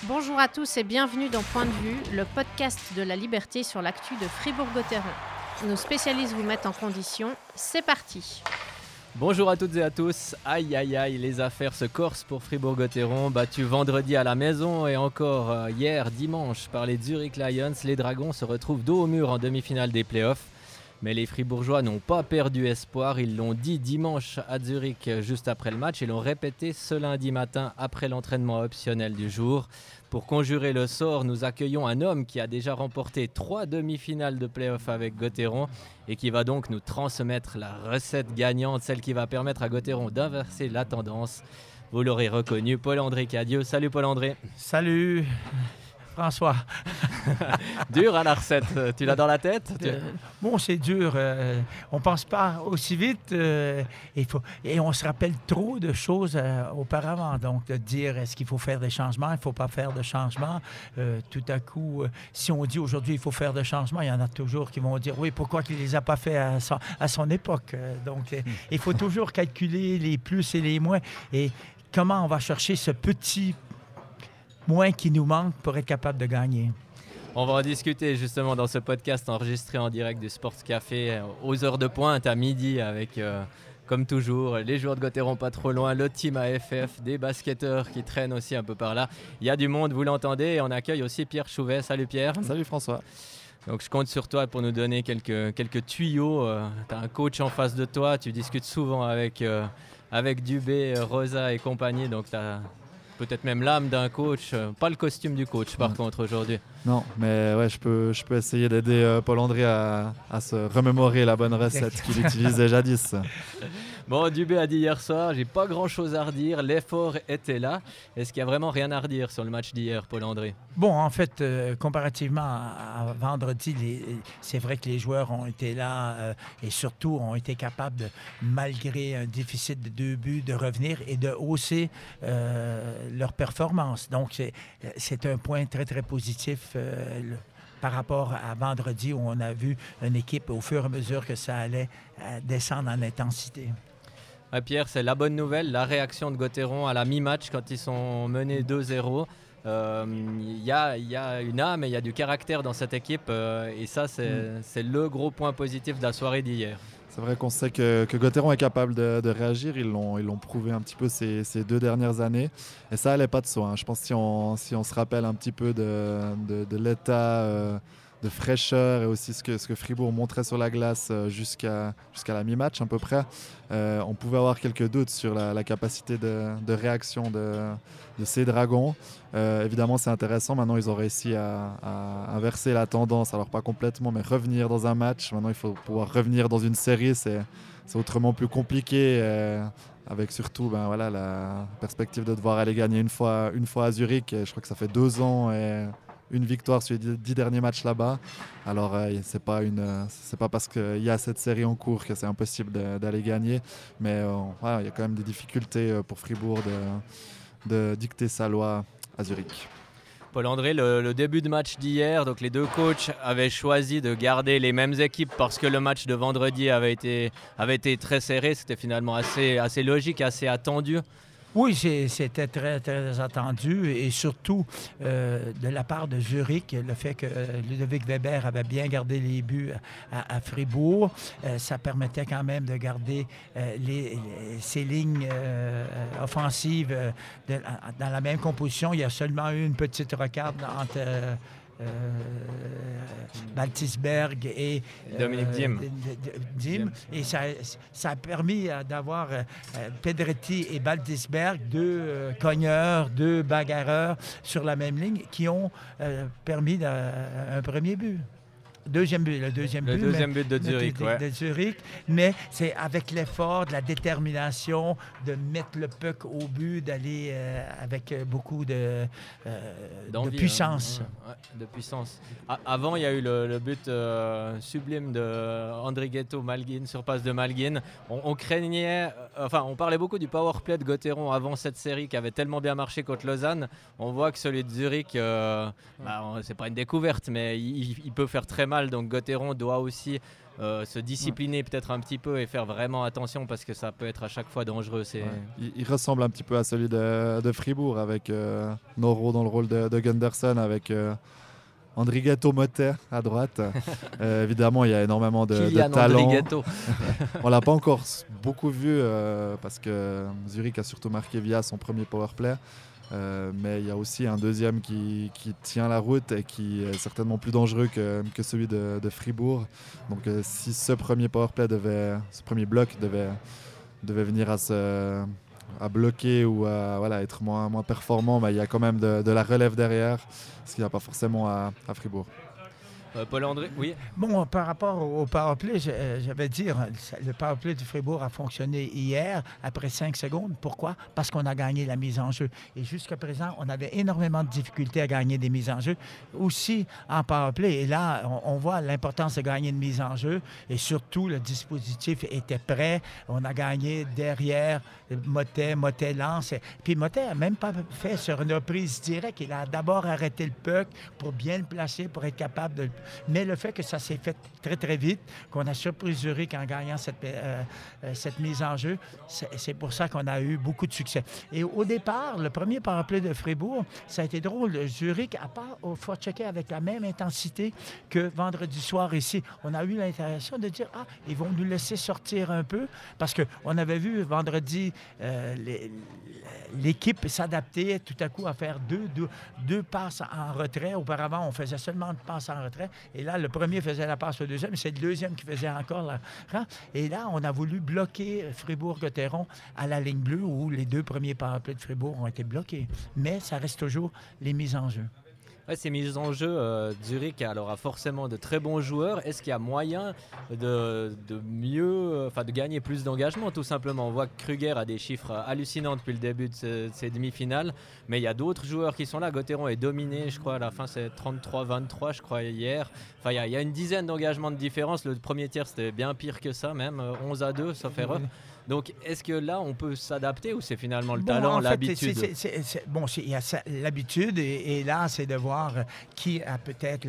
Bonjour à tous et bienvenue dans Point de vue, le podcast de la liberté sur l'actu de Fribourg-Gotteron. Nos spécialistes vous mettent en condition. C'est parti. Bonjour à toutes et à tous. Aïe aïe aïe, les affaires se corsent pour Fribourg-Gotteron. Battu vendredi à la maison et encore hier dimanche par les Zurich Lions, les Dragons se retrouvent dos au mur en demi-finale des playoffs. Mais les Fribourgeois n'ont pas perdu espoir, ils l'ont dit dimanche à Zurich juste après le match et l'ont répété ce lundi matin après l'entraînement optionnel du jour. Pour conjurer le sort, nous accueillons un homme qui a déjà remporté 3 demi-finales de play-off avec Gotteron et qui va donc nous transmettre la recette gagnante, celle qui va permettre à Gotteron d'inverser la tendance. Vous l'aurez reconnu, Paul-André Cadieux. Salut Paul-André. Salut François. Dur à la recette, tu l'as dans la tête Bon, c'est dur. On pense pas aussi vite. Et on se rappelle trop de choses auparavant. Donc, de dire est-ce qu'il faut faire des changements, il ne faut pas faire de changements. Tout à coup, si on dit aujourd'hui il faut faire des changements, il y en a toujours qui vont dire oui, pourquoi qu'il ne les a pas fait à son époque. Donc, il faut toujours calculer les plus et les moins. Et comment on va chercher ce petit moins qui nous manque pour être capable de gagner. On va en discuter justement dans ce podcast enregistré en direct du Sports Café aux heures de pointe à midi avec, comme toujours, les joueurs de Gotteron pas trop loin, le team AFF, des basketteurs qui traînent aussi un peu par là. Il y a du monde, vous l'entendez, et on accueille aussi Pierre Chouvet. Salut Pierre. Salut François. Donc je compte sur toi pour nous donner quelques tuyaux. Tu as un coach en face de toi, tu discutes souvent avec Dubé, Rosa et compagnie, donc tu as peut-être même l'âme d'un coach, pas le costume du coach par contre aujourd'hui. Non, mais ouais, je peux essayer d'aider Paul-André à se remémorer la bonne recette qu'il utilisait jadis. Bon, Dubé a dit hier soir, j'ai pas grand-chose à redire, l'effort était là. Est-ce qu'il y a vraiment rien à redire sur le match d'hier, Paul-André? Bon, en fait, comparativement à vendredi, c'est vrai que les joueurs ont été là et surtout ont été capables, malgré un déficit de 2 buts, de revenir et de hausser leur performance. Donc, c'est un point très, très positif par rapport à vendredi où on a vu une équipe, au fur et à mesure que ça allait descendre en intensité. Pierre, c'est la bonne nouvelle, la réaction de Gotteron à la mi-match quand ils sont menés 2-0. Il y a une âme et il y a du caractère dans cette équipe et ça, c'est le gros point positif de la soirée d'hier. C'est vrai qu'on sait que Gotteron est capable de réagir. Ils l'ont prouvé un petit peu ces 2 dernières années. Et ça n'allait pas de soi. Je pense que si on se rappelle un petit peu de l'état de fraîcheur et aussi ce que Fribourg montrait sur la glace jusqu'à la mi-match à peu près, on pouvait avoir quelques doutes sur la capacité de réaction de ces Dragons. Évidemment, c'est intéressant. Maintenant, ils ont réussi à inverser la tendance. Alors, pas complètement, mais revenir dans un match. Maintenant, il faut pouvoir revenir dans une série. C'est autrement plus compliqué. Avec surtout la perspective de devoir aller gagner une fois à Zurich. Et je crois que ça fait 2 ans et une victoire sur les 10 derniers matchs là-bas. Alors, c'est pas parce qu'il y a cette série en cours que c'est impossible d'aller gagner. Mais il y a quand même des difficultés pour Fribourg de dicter sa loi à Zurich. Paul-André, le début de match d'hier, donc les 2 coachs avaient choisi de garder les mêmes équipes parce que le match de vendredi avait été très serré. C'était finalement assez logique, assez attendu. Oui, c'était très, très attendu et surtout de la part de Zurich, le fait que Ludovic Weber avait bien gardé les buts à Fribourg, ça permettait quand même de garder ces lignes offensives dans la même composition. Il y a seulement eu une petite rocarde entre Baltisberg et Dominique Dim. Et ça a permis d'avoir Pedretti et Baltisberg, 2 cogneurs, 2 bagarreurs sur la même ligne qui ont permis un premier but. Le deuxième but de Zurich, de Zurich, mais c'est avec l'effort, de la détermination de mettre le puck au but, d'aller avec beaucoup de puissance. De puissance. Avant, il y a eu le but sublime de Andrighetto Malguin sur passe de Malguin. On craignait, on parlait beaucoup du power play de Gotteron avant cette série qui avait tellement bien marché contre Lausanne. On voit que celui de Zurich, c'est pas une découverte, mais il peut faire très mal mal, donc Gauthieron doit aussi se discipliner peut-être un petit peu et faire vraiment attention parce que ça peut être à chaque fois dangereux. Il ressemble un petit peu à celui de Fribourg avec Noro dans le rôle de Gunderson, avec Andrigetto Motet à droite. Évidemment, il y a énormément de talent. Andrigetto. On l'a pas encore beaucoup vu parce que Zurich a surtout marqué via son premier powerplay. Mais il y a aussi un deuxième qui tient la route et qui est certainement plus dangereux que celui de Fribourg. Donc si ce premier powerplay ce premier bloc devait venir à bloquer ou à être moins performant, il y a quand même de la relève derrière, ce qu'il n'y a pas forcément à Fribourg. Paul-André, oui. Bon, par rapport au powerplay, je vais dire, le powerplay du Fribourg a fonctionné hier après 5 secondes. Pourquoi? Parce qu'on a gagné la mise en jeu. Et jusqu'à présent, on avait énormément de difficultés à gagner des mises en jeu, aussi en powerplay. Et là, on voit l'importance de gagner une mise en jeu. Et surtout, le dispositif était prêt. On a gagné derrière Motet lance. Puis Motet n'a même pas fait sur une reprise directe. Il a d'abord arrêté le puck pour bien le placer, pour être capable de... Mais le fait que ça s'est fait très, très vite, qu'on a surpris Zurich en gagnant cette mise en jeu, c'est pour ça qu'on a eu beaucoup de succès. Et au départ, le premier powerplay de Fribourg, ça a été drôle. Zurich n'a pas forechecké avec la même intensité que vendredi soir ici. On a eu l'intention de dire, ils vont nous laisser sortir un peu, parce qu'on avait vu vendredi l'équipe s'adapter tout à coup à faire deux passes en retrait. Auparavant, on faisait seulement une passe en retrait. Et là, le premier faisait la passe au deuxième, c'est le deuxième qui faisait encore la... Et là, on a voulu bloquer Fribourg-Gauthieron à la ligne bleue où les 2 premiers powerplays de Fribourg ont été bloqués. Mais ça reste toujours les mises en jeu. Ouais, ces mises en jeu, Zurich a forcément de très bons joueurs. Est-ce qu'il y a moyen de mieux, de gagner plus d'engagement tout simplement? On voit que Kruger a des chiffres hallucinants depuis le début de ces demi-finales, mais il y a d'autres joueurs qui sont là. Gauthieron est dominé, je crois, à la fin c'est 33-23, je crois, hier. Enfin, il y a une dizaine d'engagements de différence. Le premier tiers, c'était bien pire que ça, même 11-2, sauf erreur. Donc, est-ce que là, on peut s'adapter ou c'est finalement le talent, l'habitude? Il y a l'habitude et là, c'est de voir qui a peut-être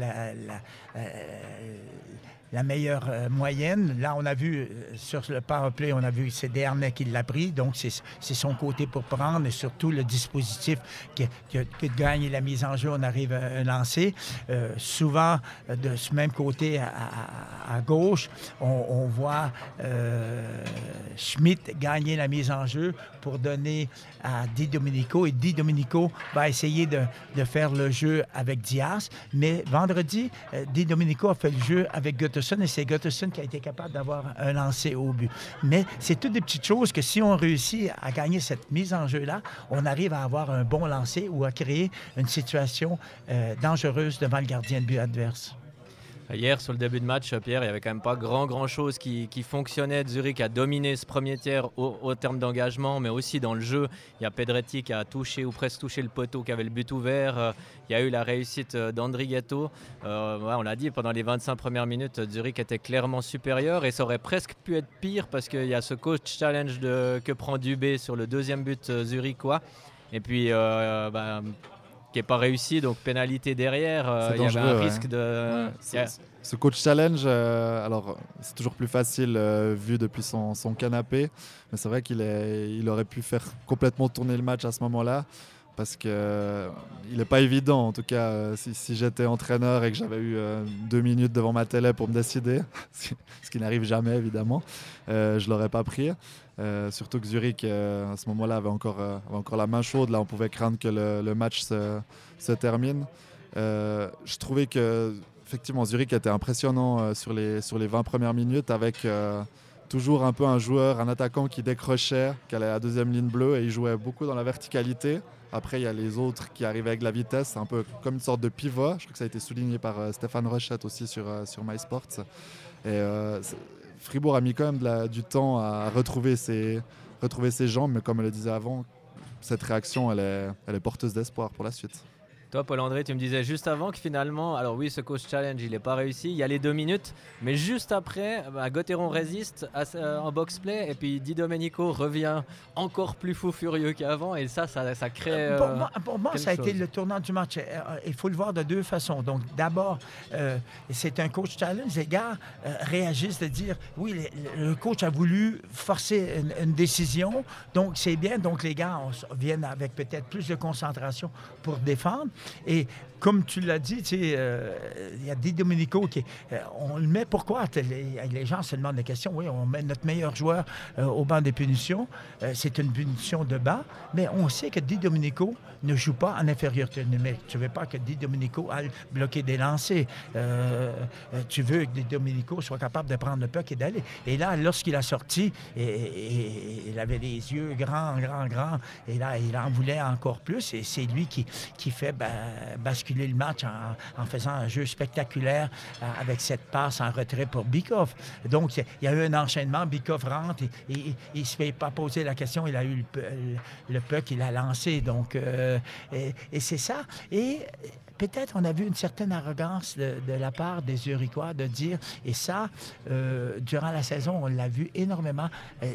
la meilleure moyenne. Là, on a vu sur le powerplay, on a vu c'est Dernay qui l'a pris, donc c'est son côté pour prendre et surtout le dispositif que de gagner la mise en jeu, on arrive à lancer. Souvent, de ce même côté à gauche, on voit Schmidt gagner la mise en jeu pour donner à Di Domenico et Di Domenico va essayer de faire le jeu avec Diaz, mais vendredi, Di Domenico a fait le jeu avec Gutterson et c'est Gutterson qui a été capable d'avoir un lancer au but. Mais c'est toutes des petites choses que si on réussit à gagner cette mise en jeu-là, on arrive à avoir un bon lancer ou à créer une situation dangereuse devant le gardien de but adverse. Hier, sur le début de match, Pierre, il n'y avait quand même pas grand-chose qui fonctionnait. Zurich a dominé ce premier tiers au terme d'engagement, mais aussi dans le jeu. Il y a Pedretti qui a touché ou presque touché le poteau, qui avait le but ouvert. Il y a eu la réussite d'Andrigetto. On l'a dit, pendant les 25 premières minutes, Zurich était clairement supérieur et ça aurait presque pu être pire parce qu'il y a ce coach challenge que prend Dubé sur le deuxième but zurichois. Et puis... qui n'est pas réussi, donc pénalité derrière, il y avait un risque de... Ce coach challenge, alors c'est toujours plus facile vu depuis son canapé, mais c'est vrai qu'il aurait pu faire complètement tourner le match à ce moment-là, parce qu'il n'est pas évident, en tout cas, si j'étais entraîneur et que j'avais eu 2 minutes devant ma télé pour me décider, ce qui n'arrive jamais évidemment, je ne l'aurais pas pris. Surtout que Zurich, à ce moment-là, avait encore la main chaude. Là, on pouvait craindre que le match se termine. Je trouvais que, effectivement, Zurich était impressionnant sur les 20 premières minutes avec toujours un peu un joueur, un attaquant qui décrochait, qui allait à la deuxième ligne bleue et il jouait beaucoup dans la verticalité. Après, il y a les autres qui arrivaient avec la vitesse. C'est un peu comme une sorte de pivot. Je crois que ça a été souligné par Stéphane Rochette aussi sur MySports. Et Fribourg a mis quand même du temps à retrouver ses jambes, mais comme elle le disait avant, cette réaction, elle est porteuse d'espoir pour la suite. Toi, Paul-André, tu me disais juste avant que finalement, alors oui, ce coach challenge, il n'est pas réussi. Il y a les 2 minutes, mais juste après, Gauthieron résiste en box-play et puis Di Domenico revient encore plus fou furieux qu'avant et ça crée. Pour moi, ça a été le tournant du match. Il faut le voir de 2 façons. Donc, d'abord, c'est un coach challenge. Les gars réagissent de dire oui, le coach a voulu forcer une décision, donc c'est bien. Donc, les gars viennent avec peut-être plus de concentration pour défendre. Et comme tu l'as dit, il y a Di Domenico qui... on le met pourquoi? Les gens se demandent des questions. Oui, on met notre meilleur joueur au banc des punitions. C'est une punition de bas, mais on sait que Di Domenico ne joue pas en infériorité numérique. Tu ne veux pas que Di Domenico aille bloquer des lancers. Tu veux que Di Domenico soit capable de prendre le puck et d'aller. Et là, lorsqu'il a sorti, il avait les yeux grands, et là, il en voulait encore plus. Et c'est lui qui fait basculer le match en faisant un jeu spectaculaire avec cette passe en retrait pour Bykov. Donc, il y a eu un enchaînement. Bykov rentre et il ne se fait pas poser la question. Il a eu le puck, il a lancé. Donc, et c'est ça. Et peut-être on a vu une certaine arrogance de la part des Zurichois de dire, et ça, durant la saison, on l'a vu énormément.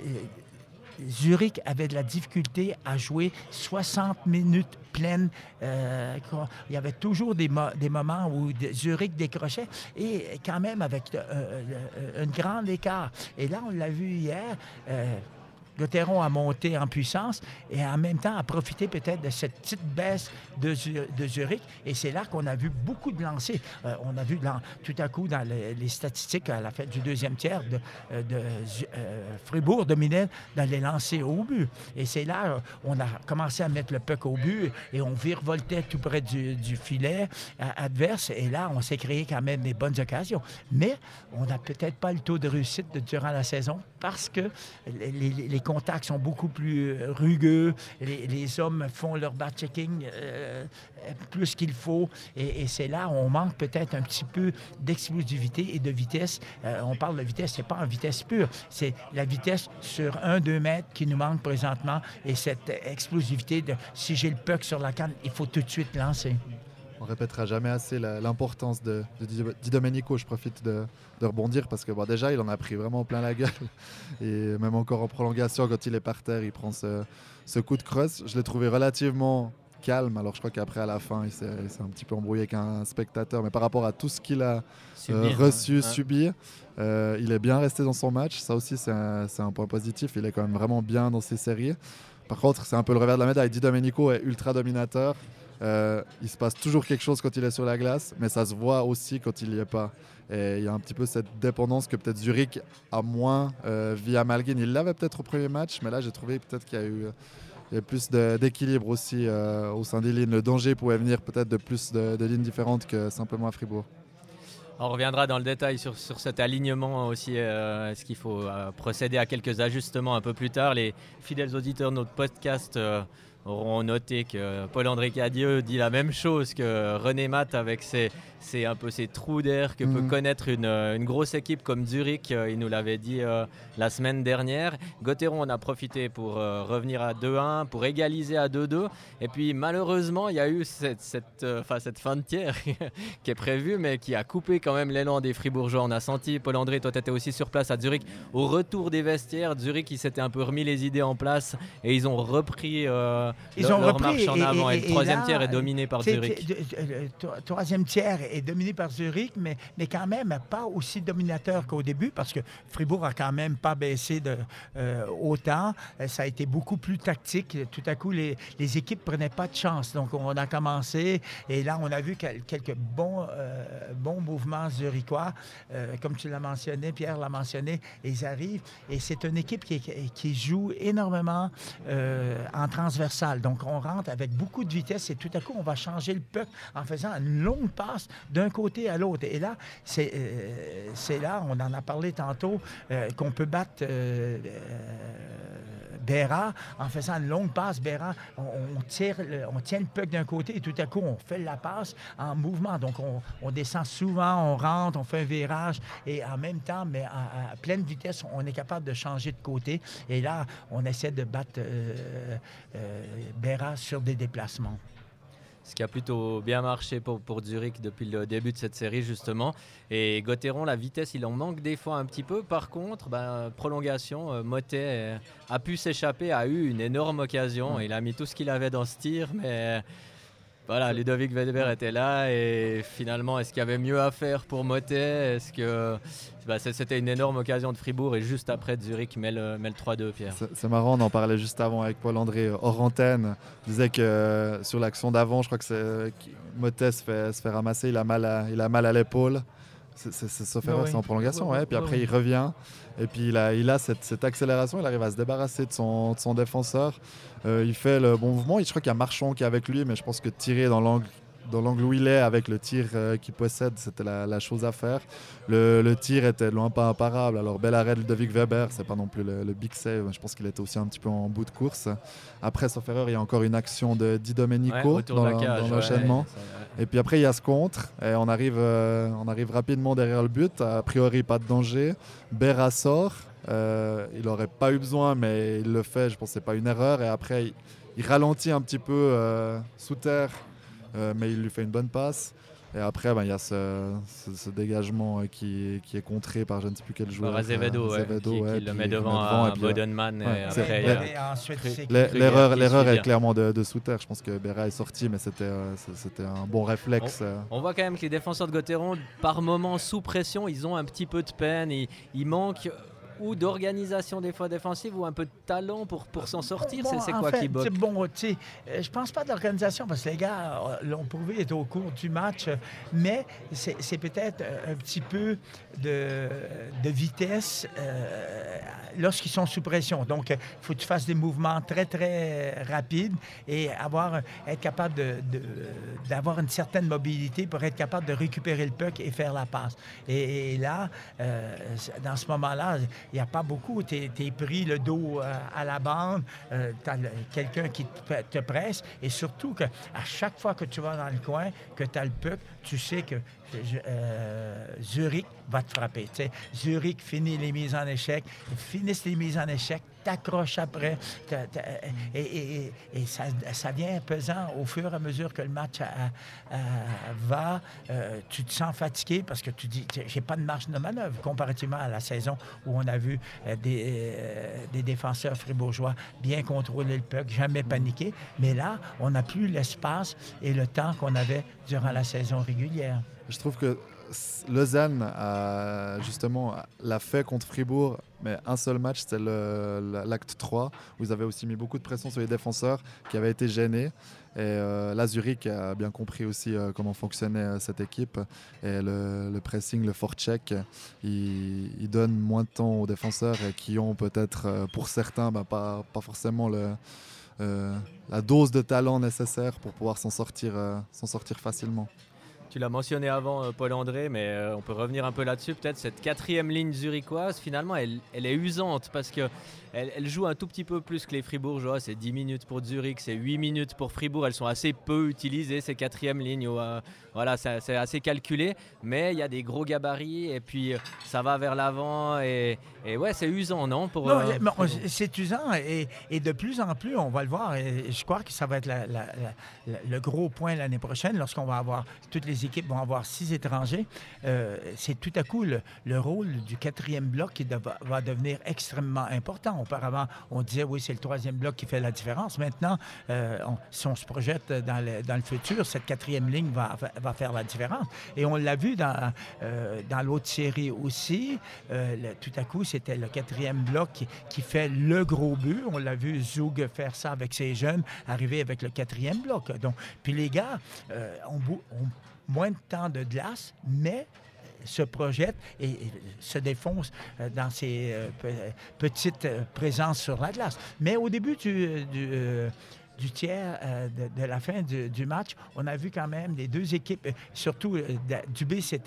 Zurich avait de la difficulté à jouer 60 minutes pleines. Il y avait toujours des moments où Zurich décrochait et quand même avec un grand écart. Et là, on l'a vu hier. Gauthieron a monté en puissance et en même temps a profité peut-être de cette petite baisse de Zurich. Et c'est là qu'on a vu beaucoup de lancers. On a vu tout à coup dans les statistiques à la fin du 2e tiers Fribourg dominait dans les lancers au but. Et c'est là on a commencé à mettre le puck au but et on virevoltait tout près du filet adverse. Et là, on s'est créé quand même des bonnes occasions. Mais on n'a peut-être pas le taux de réussite durant la saison parce que les contacts sont beaucoup plus rugueux. Les hommes font leur back-checking plus qu'il faut. Et c'est là où on manque peut-être un petit peu d'explosivité et de vitesse. On parle de vitesse, c'est pas en vitesse pure. C'est la vitesse sur 1-2 mètres qui nous manque présentement. Et cette explosivité de si j'ai le puck sur la canne, il faut tout de suite lancer. On répétera jamais assez l'importance de Di Domenico. Je profite de rebondir parce que déjà, il en a pris vraiment plein la gueule. Et même encore en prolongation, quand il est par terre, il prend ce coup de crosse. Je l'ai trouvé relativement calme. Alors, je crois qu'après, à la fin, il s'est un petit peu embrouillé avec un spectateur. Mais par rapport à tout ce qu'il a subi, il est bien resté dans son match. Ça aussi, c'est un point positif. Il est quand même vraiment bien dans ses séries. Par contre, c'est un peu le revers de la médaille. Di Domenico est ultra dominateur. Il se passe toujours quelque chose quand il est sur la glace, mais ça se voit aussi quand il n'y est pas. Et il y a un petit peu cette dépendance que peut-être Zurich a moins via Malgin. Il l'avait peut-être au premier match, mais là j'ai trouvé peut-être qu'il y a plus d'équilibre aussi au sein des lignes. Le danger pouvait venir peut-être de plus de lignes différentes que simplement à Fribourg. On reviendra dans le détail sur cet alignement aussi. Est-ce qu'il faut procéder à quelques ajustements un peu plus tard? Les fidèles auditeurs de notre podcast auront noté que Paul-André Cadieux dit la même chose que René Matt avec ces trous d'air que peut connaître une grosse équipe comme Zurich. Il nous l'avait dit la semaine dernière. Gauthieron en a profité pour revenir à 2-1, pour égaliser à 2-2. Et puis malheureusement, il y a eu cette fin de tiers qui est prévue, mais qui a coupé quand même l'élan des Fribourgeois. On a senti, Paul-André, toi tu étais aussi sur place à Zurich. Au retour des vestiaires, Zurich, ils s'étaient un peu remis les idées en place et ils ont repris leur marche en avant. Et le troisième tiers est dominé par Zurich. Le troisième tiers est dominé par Zurich, mais quand même pas aussi dominateur qu'au début, parce que Fribourg a quand même pas baissé autant. Ça a été beaucoup plus tactique. Tout à coup, les équipes prenaient pas de chance. Donc, on a commencé, et là, on a vu quelques bons mouvements zurichois. Comme tu l'as mentionné, Pierre l'a mentionné, ils arrivent, et c'est une équipe qui joue énormément en transversal. Donc, on rentre avec beaucoup de vitesse, et tout à coup, on va changer le puck en faisant une longue passe d'un côté à l'autre. Et là, c'est là, on en a parlé tantôt, qu'on peut battre Berra en faisant une longue passe. Berra, on tient le puck d'un côté et tout à coup, on fait la passe en mouvement. Donc, on descend souvent, on rentre, on fait un virage et en même temps, mais à pleine vitesse, on est capable de changer de côté. Et là, on essaie de battre Berra sur des déplacements. Ce qui a plutôt bien marché pour Zurich depuis le début de cette série justement. Et Gauthieron, la vitesse, il en manque des fois un petit peu. Par contre, prolongation, Motet a pu s'échapper, a eu une énorme occasion. Il a mis tout ce qu'il avait dans ce tir, mais voilà, Ludovic Weber était là et finalement, est-ce qu'il y avait mieux à faire pour Motet? Est-ce que c'était une énorme occasion de Fribourg et juste après Zurich met le 3-2, Pierre. C'est marrant, on en parlait juste avant avec Paul-André hors antenne. Il disait que sur l'action d'avant, je crois que Motet se fait ramasser, il a mal à l'épaule. Sauf erreur, c'est en prolongation, puis après il revient et puis il a cette accélération, il arrive à se débarrasser de son défenseur. Il fait le bon mouvement, je crois qu'il y a Marchand qui est avec lui, mais je pense que tirer dans l'angle où il est avec le tir qu'il possède, c'était la chose à faire. Le tir était loin pas imparable. Alors bel arrêt de Ludovic Weber, c'est pas non plus le big save, je pense qu'il était aussi un petit peu en bout de course. Après, sauf erreur, il y a encore une action de Di Domenico dans l'enchaînement. Et puis après, il y a ce contre et on arrive rapidement derrière le but. A priori, pas de danger. Berra sort. Il n'aurait pas eu besoin, mais il le fait. Je pense que ce n'est pas une erreur. Et après, il ralentit un petit peu sous terre, mais il lui fait une bonne passe. Et après, il y a ce dégagement qui est contré par je ne sais plus quel joueur. Azevedo, qui le met devant Bodenman. L'erreur est clairement de sous terre. Je pense que Berra est sorti, mais c'était un bon réflexe. On voit quand même que les défenseurs de Gauthieron, par moments sous pression, ils ont un petit peu de peine. Il manque ou d'organisation des fois défensive ou un peu de talent pour s'en sortir. C'est quoi qui bloque? Je pense pas d'organisation parce que les gars l'ont prouvé au cours du match, mais c'est peut-être un petit peu de vitesse lorsqu'ils sont sous pression. Donc, il faut que tu fasses des mouvements très, très rapides et être capable d'avoir une certaine mobilité pour être capable de récupérer le puck et faire la passe. Et là, dans ce moment-là, il n'y a pas beaucoup. Tu es pris le dos à la bande, tu as quelqu'un qui te presse et surtout qu'à chaque fois que tu vas dans le coin, que tu as le puck, tu sais que Zurich va te frapper. T'sais. Zurich finit les mises en échec, finissent les mises en échec, t'accroches après. Et ça vient pesant au fur et à mesure que le match va. Tu te sens fatigué parce que tu dis, j'ai pas de marge de manœuvre comparativement à la saison où on a vu des défenseurs fribourgeois bien contrôler le puck, jamais paniquer. Mais là, on n'a plus l'espace et le temps qu'on avait durant la saison régulière. Je trouve que Lausanne l'a fait contre Fribourg, mais un seul match, c'était l'acte 3, où ils avaient aussi mis beaucoup de pression sur les défenseurs qui avaient été gênés. Et là, Zurich a bien compris aussi comment fonctionnait cette équipe. Et le pressing, le forecheck, il donne moins de temps aux défenseurs qui ont peut-être, pour certains, pas forcément la dose de talent nécessaire pour pouvoir s'en sortir facilement. Tu l'as mentionné avant, Paul-André, mais on peut revenir un peu là-dessus. Peut-être cette quatrième ligne zurichoise, finalement, elle est usante parce qu'elle joue un tout petit peu plus que les Fribourgeois. C'est 10 minutes pour Zurich, c'est 8 minutes pour Fribourg. Elles sont assez peu utilisées, ces quatrièmes lignes. Voilà, c'est assez calculé, mais il y a des gros gabarits et puis ça va vers l'avant. Et ouais, c'est usant, non? C'est usant et de plus en plus, on va le voir. Et je crois que ça va être le gros point l'année prochaine lorsqu'on va avoir toutes les équipes vont avoir 6 étrangers. C'est tout à coup le rôle du quatrième bloc qui va devenir extrêmement important. Auparavant, on disait oui, c'est le troisième bloc qui fait la différence. Maintenant, si on se projette dans le futur, cette quatrième ligne va faire la différence. Et on l'a vu dans l'autre série aussi. Tout à coup, c'était le quatrième bloc qui fait le gros but. On l'a vu Zug faire ça avec ses jeunes, arriver avec le quatrième bloc. Donc, puis les gars ont moins de temps de glace, mais se projette et se défonce dans ses petites présences sur la glace. Mais au début du tiers de la fin du match, on a vu quand même les deux équipes, surtout Dubé s'est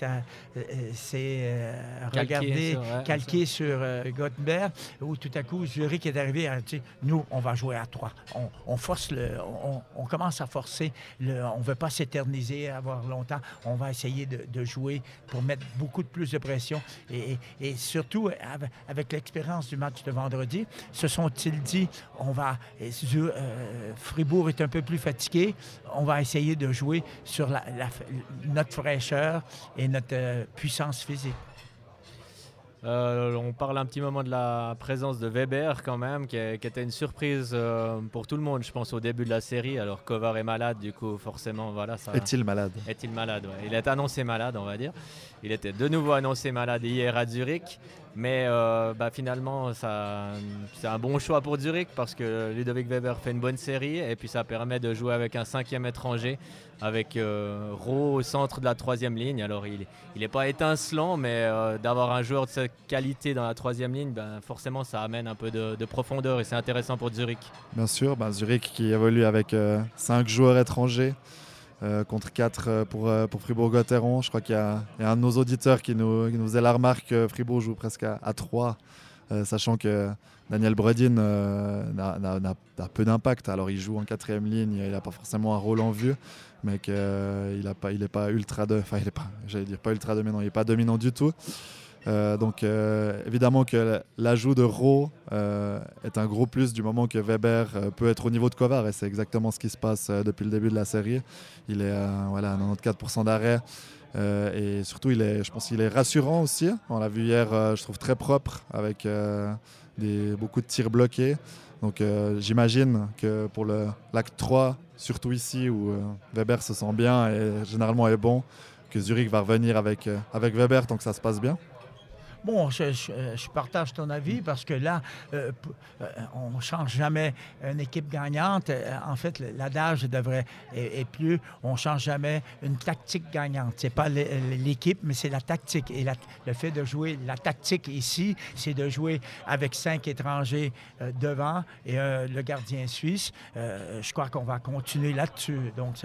calqué sur Gothenburg, où tout à coup Zurich est arrivé à dire nous, on va jouer à 3. On force on commence à forcer, on ne veut pas s'éterniser, avoir longtemps, on va essayer de jouer pour mettre beaucoup plus de pression. Et surtout, avec l'expérience du match de vendredi, se sont-ils dit, on va Fribourg est un peu plus fatigué, on va essayer de jouer sur notre fraîcheur et notre puissance physique. On parle un petit moment de la présence de Weber quand même, qui était une surprise pour tout le monde, je pense, au début de la série. Alors Kovar est malade, du coup forcément, voilà. Ça... Est-il malade ? Est-il malade, ouais. Il est annoncé malade, on va dire. Il était de nouveau annoncé malade hier à Zurich. Mais finalement, c'est un bon choix pour Zurich parce que Ludovic Weber fait une bonne série et puis ça permet de jouer avec un 5e étranger, avec Rowe au centre de la 3e ligne. Alors il n'est pas étincelant, mais d'avoir un joueur de cette qualité dans la 3e ligne, forcément ça amène un peu de profondeur et c'est intéressant pour Zurich. Bien sûr, Zurich qui évolue avec 5 joueurs étrangers. Contre 4 pour Fribourg-Gotteron. Je crois qu'il y a un de nos auditeurs qui nous faisait la remarque que Fribourg joue presque à 3, sachant que Daniel Brodin n'a peu d'impact. Alors il joue en 4e ligne, il n'a pas forcément un rôle en vue, mais qu'il n'est pas ultra dominant, il n'est pas dominant du tout. Donc évidemment que l'ajout de Rowe est un gros plus du moment que Weber peut être au niveau de Kovar et c'est exactement ce qui se passe depuis le début de la série. Il est à 94% d'arrêt et surtout je pense qu'il est rassurant aussi. On l'a vu hier, je trouve très propre avec beaucoup de tirs bloqués. Donc j'imagine que pour l'acte 3, surtout ici où Weber se sent bien et généralement est bon, que Zurich va revenir avec Weber tant que ça se passe bien. Bon, je partage ton avis parce que là, on ne change jamais une équipe gagnante. En fait, l'adage devrait être plus, on ne change jamais une tactique gagnante. Ce n'est pas l'équipe, mais c'est la tactique. Et le fait de jouer la tactique ici, c'est de jouer avec 5 étrangers devant et le gardien suisse. Je crois qu'on va continuer là-dessus. Donc,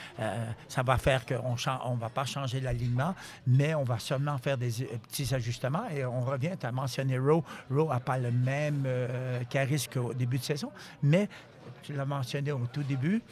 ça va faire qu'on ne va pas changer l'alignement, mais on va seulement faire des petits ajustements. Et on revient, tu as mentionné Rowe. Rowe n'a pas le même charisme qu'au début de saison, mais tu l'as mentionné au tout début,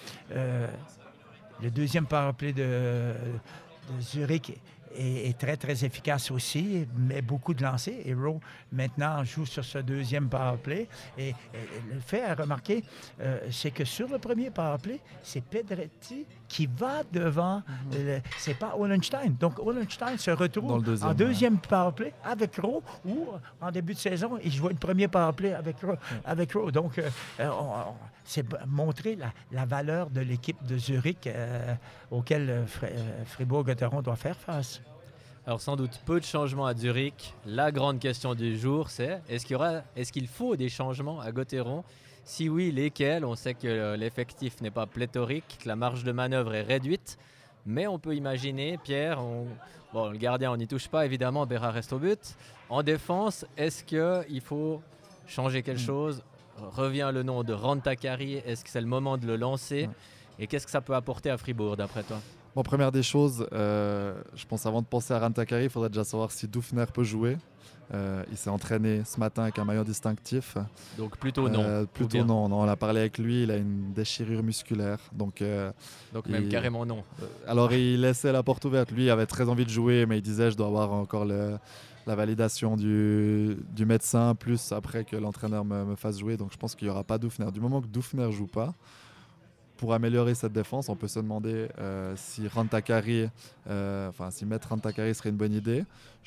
le deuxième powerplay de Zurich est très, très efficace aussi, met beaucoup de lancers. Et Rowe, maintenant, joue sur ce deuxième powerplay. Et le fait à remarquer, c'est que sur le premier powerplay, c'est Pedretti qui va devant. C'est pas Ohlenstein. Donc, Ohlenstein se retrouve en deuxième powerplay avec Rowe ou en début de saison, il jouait le premier powerplay avec Rowe. Donc, c'est montrer la valeur de l'équipe de Zurich auquel Fribourg-Gotteron doit faire face. Alors sans doute peu de changements à Zurich. La grande question du jour, c'est est-ce qu'il faut des changements à Gotteron ? Si oui, lesquels ? On sait que l'effectif n'est pas pléthorique, que la marge de manœuvre est réduite, mais on peut imaginer, Pierre, le gardien on n'y touche pas évidemment, Berra reste au but. En défense, est-ce qu'il faut changer quelque chose ? Revient le nom de Rantakári, est-ce que c'est le moment de le lancer ? Et qu'est-ce que ça peut apporter à Fribourg d'après toi ? Bon, première des choses, je pense avant de penser à Rantakári, il faudrait déjà savoir si Dufner peut jouer. Il s'est entraîné ce matin avec un maillot distinctif. Donc plutôt non. Plutôt non. On a parlé avec lui, il a une déchirure musculaire. Donc même carrément non. Alors il laissait la porte ouverte. Lui il avait très envie de jouer, mais il disait je dois avoir encore la validation du médecin, plus après que l'entraîneur me fasse jouer. Donc je pense qu'il n'y aura pas Dufner. Du moment que Dufner ne joue pas, pour améliorer cette défense, on peut se demander si Rantakári, si mettre Rantakári serait une bonne idée.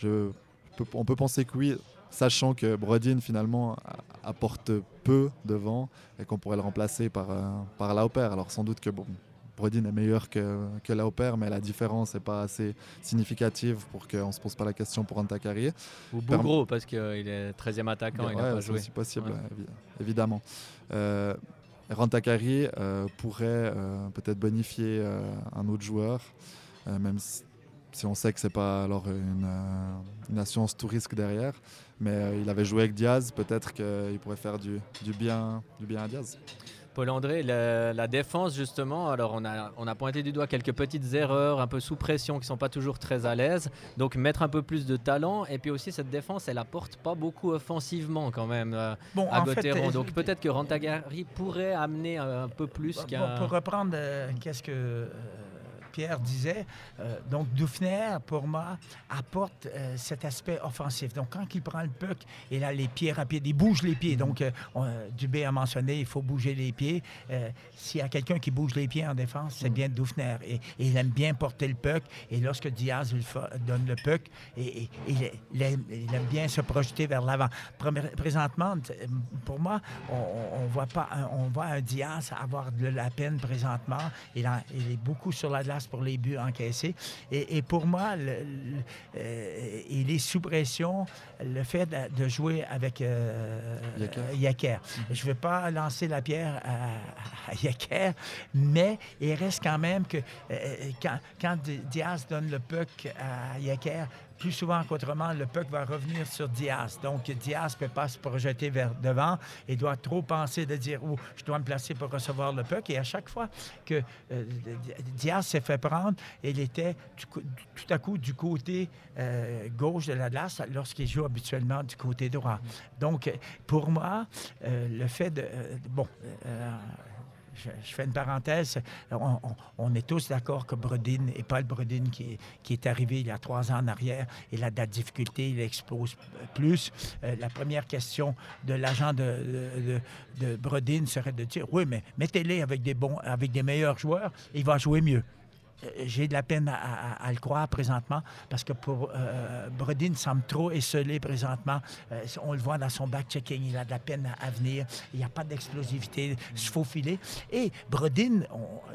On peut penser que oui, sachant que Brodin finalement apporte peu devant et qu'on pourrait le remplacer par Lauper. Alors sans doute que Brodin est meilleur que Lauper, mais la différence n'est pas assez significative pour qu'on ne se pose pas la question pour Rantakári. Ou Bougro, parce qu'il est 13e attaquant, il n'a pas joué. C'est aussi possible, évidemment. Rantakári pourrait peut-être bonifier un autre joueur, même si on sait que ce n'est pas alors une assurance tout risque derrière. Mais il avait joué avec Diaz, peut-être qu'il pourrait faire du bien à Diaz. Paul-André, la défense justement, alors on a pointé du doigt quelques petites erreurs un peu sous pression qui ne sont pas toujours très à l'aise, donc mettre un peu plus de talent, et puis aussi cette défense elle apporte pas beaucoup offensivement quand même à Gotteron, donc peut-être que Rantakári pourrait amener un peu plus pour reprendre qu'est-ce que Pierre disait. Donc, Dufner, pour moi, apporte cet aspect offensif. Donc, quand il prend le puck, il a les pieds rapides, il bouge les pieds. Donc, Dubé a mentionné, il faut bouger les pieds. S'il y a quelqu'un qui bouge les pieds en défense, c'est bien Dufner. Et il aime bien porter le puck. Et lorsque Diaz donne le puck, il aime bien se projeter vers l'avant. Présentement, pour moi, on voit un Diaz avoir de la peine présentement. Il est beaucoup sur la glace pour les buts encaissés. Et pour moi, il est sous pression. Le fait de jouer avec Yacker. Je ne vais pas lancer la pierre à Yacker, mais il reste quand même que quand Diaz donne le puck à Yacker, plus souvent qu'autrement, le puck va revenir sur Diaz. Donc, Diaz ne peut pas se projeter vers devant. Il doit trop penser de dire « Oh, je dois me placer pour recevoir le puck ». Et à chaque fois que Diaz s'est fait prendre, il était tout à coup du côté gauche de la glace lorsqu'il joue habituellement du côté droit. Donc, pour moi, le fait de... Je fais une parenthèse. On est tous d'accord que Brodin et Paul Brodin, qui est arrivé il y a 3 ans en arrière, il a de la difficulté, il explose plus. La première question de l'agent de Brodin serait de dire « Oui, mais mettez-les avec des meilleurs joueurs, il va jouer mieux. » J'ai de la peine à le croire présentement parce que pour Brodin semble trop esselé présentement. On le voit dans son back-checking, il a de la peine à venir. Il n'y a pas d'explosivité, se faufiler. Et Brodin,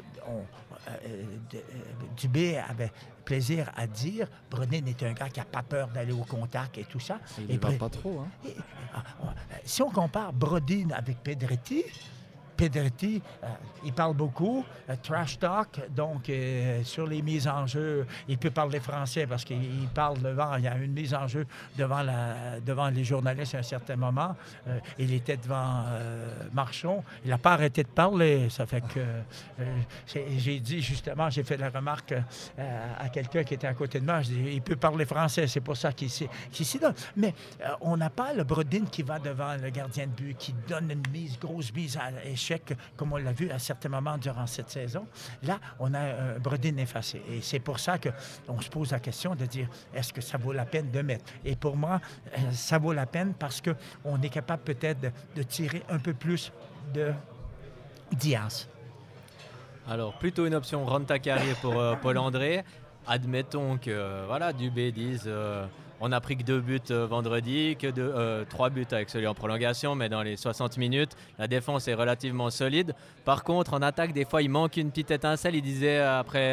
Dubé avait plaisir à dire, Brodin est un gars qui n'a pas peur d'aller au contact et tout ça. Il ne va pas trop. Hein? Si on compare Brodin avec Pedretti, il parle beaucoup, trash talk, donc sur les mises en jeu, il peut parler français parce qu'il parle devant, il y a une mise en jeu devant les journalistes à un certain moment. Il était devant Marchand, il n'a pas arrêté de parler, ça fait que j'ai dit justement, j'ai fait la remarque à quelqu'un qui était à côté de moi, je dis, il peut parler français, c'est pour ça qu'il s'y donne. Mais on n'a pas le Brodin qui va devant le gardien de but, qui donne une grosse mise à échec, comme on l'a vu à certains moments durant cette saison. Là, on a un Brodin effacé. Et c'est pour ça qu'on se pose la question de dire, est-ce que ça vaut la peine de mettre? Et pour moi, ça vaut la peine parce qu'on est capable peut-être de tirer un peu plus de Diaz. Alors, plutôt une option rendre ta carrière pour Paul-André. Admettons que Dubé dise... on n'a pris que 2 buts vendredi, 3 buts avec celui en prolongation, mais dans les 60 minutes, la défense est relativement solide. Par contre, en attaque, des fois, il manque une petite étincelle. Il disait après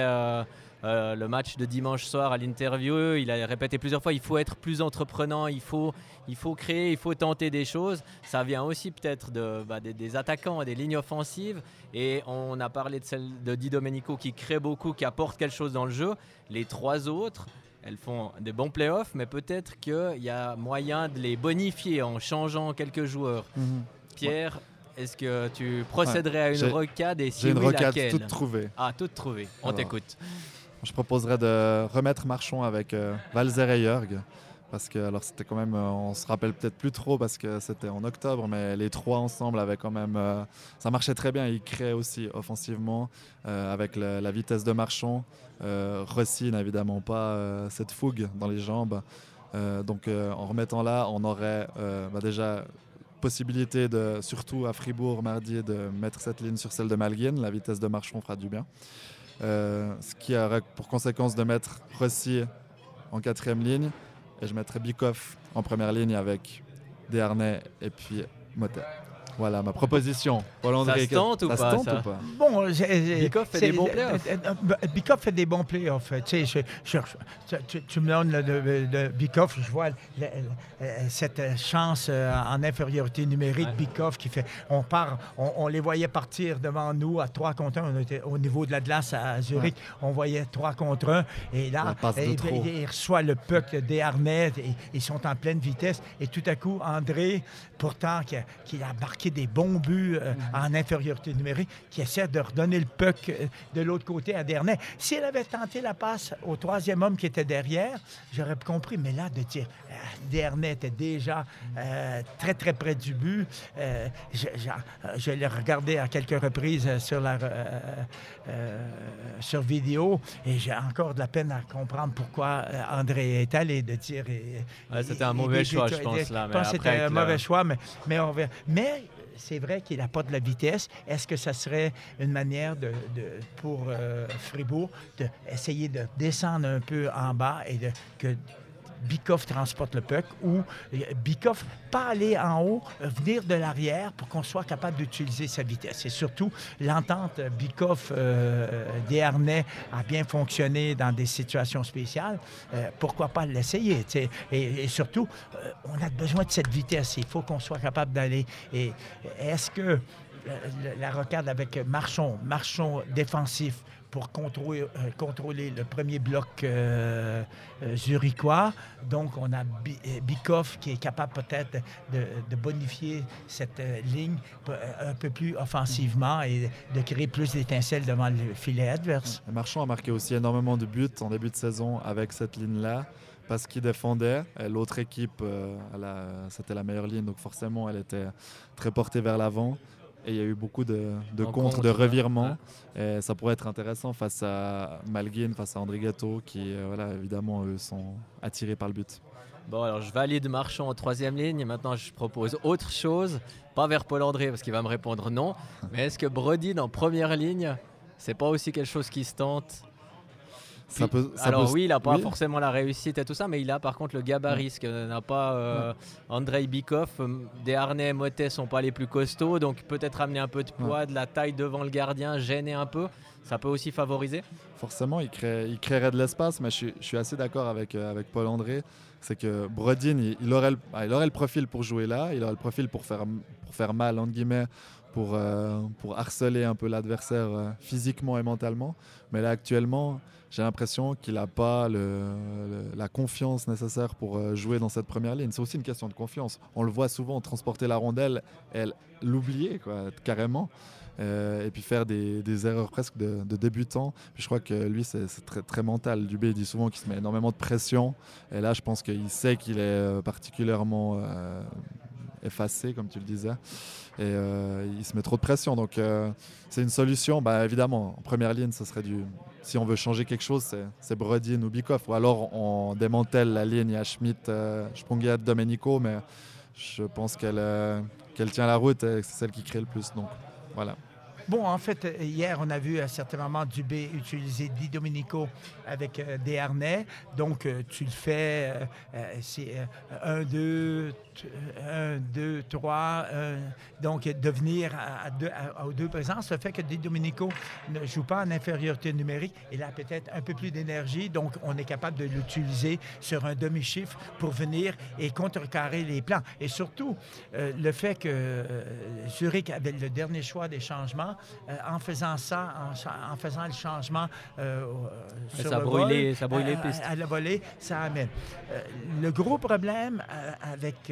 le match de dimanche soir à l'interview, il a répété plusieurs fois, il faut être plus entreprenant, il faut créer, il faut tenter des choses. Ça vient aussi peut-être des attaquants, des lignes offensives. Et on a parlé de celle de Di Domenico qui crée beaucoup, qui apporte quelque chose dans le jeu. Les 3 autres... elles font des bons playoffs, mais peut-être qu'il y a moyen de les bonifier en changeant quelques joueurs. Pierre, est-ce que tu procéderais à une rocade et si j'ai une oui, rocade laquelle? toute trouvée. Ah, toute trouvée. On t'écoute. Je proposerais de remettre Marchand avec Valzer et Jörg. Parce que alors c'était quand même, on se rappelle peut-être plus trop parce que c'était en octobre, mais les 3 ensemble avaient quand même, ça marchait très bien. Ils créaient aussi offensivement avec la vitesse de Marchand. Rossi n'a évidemment pas cette fougue dans les jambes. Donc en remettant là, on aurait déjà possibilité surtout à Fribourg mardi, de mettre cette ligne sur celle de Malguin. La vitesse de Marchand fera du bien. Ce qui aurait pour conséquence de mettre Rossi en 4e ligne. Et je mettrais Bikoff en première ligne avec Desharnais et puis Motet. Voilà ma proposition. Ça se tente ou pas? Bon, Bikoff fait des bons playoffs. Bikoff fait des bons playoffs. Tu me donnes le Bikoff, je vois cette chance en infériorité numérique. Bikoff qui fait... On les voyait partir devant nous à 3 contre 1. On était au niveau de la glace à Zurich. Ouais. On voyait 3 contre 1. Et là, il reçoit le puck de Desharnais. Ils sont en pleine vitesse. Et tout à coup, André, pourtant, qui a marqué marqué des bons buts en infériorité numérique, qui essaie de redonner le puck de l'autre côté à Dernay. Si elle avait tenté la passe au troisième homme qui était derrière, j'aurais compris. Mais là, de dire Dernay était déjà très, très près du but. Je l'ai regardé à quelques reprises sur vidéo et j'ai encore de la peine à comprendre pourquoi André est allé, de dire... C'était un mauvais choix, je pense. Là, je pense que c'était un mauvais choix, mais on verra. Mais c'est vrai qu'il n'a pas de la vitesse. Est-ce que ça serait une manière pour Fribourg d'essayer de descendre un peu en bas et que Bikoff transporte le puck ou Bikoff pas aller en haut, venir de l'arrière pour qu'on soit capable d'utiliser sa vitesse. Et surtout, l'entente Bikoff-Desharnais a bien fonctionné dans des situations spéciales. Pourquoi pas l'essayer? Et surtout, on a besoin de cette vitesse. Il faut qu'on soit capable d'aller. Et est-ce que la rocade avec Marchand défensif pour contrôler le premier bloc zurichois. Donc, on a Bikoff qui est capable peut-être de bonifier cette ligne un peu plus offensivement et de créer plus d'étincelles devant le filet adverse. Marchand a marqué aussi énormément de buts en début de saison avec cette ligne-là, parce qu'il défendait. L'autre équipe, c'était la meilleure ligne, donc forcément, elle était très portée vers l'avant. Et il y a eu beaucoup de contres, de revirements. Ouais. Et ça pourrait être intéressant face à Malguin, face à André Gatto, qui, évidemment, eux, sont attirés par le but. Bon, alors je valide Marchand en troisième ligne. Et maintenant, je propose autre chose. Pas vers Paul-André, parce qu'il va me répondre non. Mais est-ce que Brodin en première ligne, c'est pas aussi quelque chose qui se tente ? Oui, il n'a pas forcément la réussite et tout ça, mais il a par contre le gabarit, ce que n'a pas Andrei Bikoff. Desharnais et Motet ne sont pas les plus costauds, donc peut-être amener un peu de poids, de la taille devant le gardien, gêner un peu, ça peut aussi favoriser. Forcément, il créerait de l'espace, mais je suis assez d'accord avec Paul-André. C'est que Brodin, il aurait le profil pour jouer là, il aurait le profil pour faire mal, entre guillemets, pour harceler un peu l'adversaire physiquement et mentalement. Mais là, actuellement, j'ai l'impression qu'il n'a pas la confiance nécessaire pour jouer dans cette première ligne. C'est aussi une question de confiance. On le voit souvent transporter la rondelle, l'oublier carrément, et puis faire des erreurs presque de débutant. Puis je crois que lui, c'est très, très mental. Dubé dit souvent qu'il se met énormément de pression. Et là, je pense qu'il sait qu'il est particulièrement effacé, comme tu le disais. Et il se met trop de pression. Donc, c'est une solution. Évidemment, en première ligne, ce serait si on veut changer quelque chose, c'est Brodin ou Bikoff. Ou alors, on démantèle la ligne à Schmidt, Sprongiat, Domenico. Mais je pense qu'elle tient la route et c'est celle qui crée le plus. Donc, voilà. Bon, en fait, hier, on a vu à certains moments Dubé utiliser Di Domenico avec Desharnais. Donc, tu le fais, c'est 1, 2, 3. Donc, de venir aux deux présences, le fait que Di Domenico ne joue pas en infériorité numérique, il a peut-être un peu plus d'énergie. Donc, on est capable de l'utiliser sur un demi-chiffre pour venir et contrecarrer les plans. Et surtout, le fait que Zurich avait le dernier choix des changements, en faisant ça, en faisant le changement sur ça brûle les pistes. À la volée, ça amène. Le gros problème avec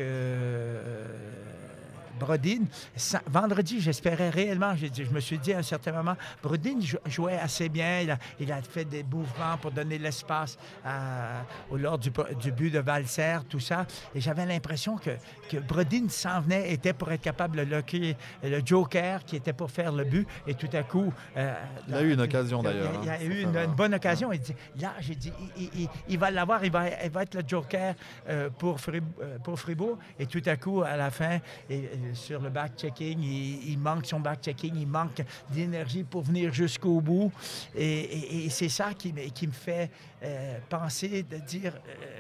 Brodin, vendredi, j'espérais réellement, je me suis dit à un certain moment, Brodin jouait assez bien, il a fait des mouvements pour donner l'espace lors du but de Valser, tout ça, et j'avais l'impression que Brodin s'en venait, était pour être capable de locker le joker qui était pour faire le but, et tout à coup... il a eu une occasion d'ailleurs. Il a eu une bonne occasion, là, j'ai dit, il va l'avoir, il va être le joker pour Fribourg, et tout à coup, à la fin... sur le back-checking, il manque son back-checking, il manque d'énergie pour venir jusqu'au bout. Et c'est ça qui me fait penser de dire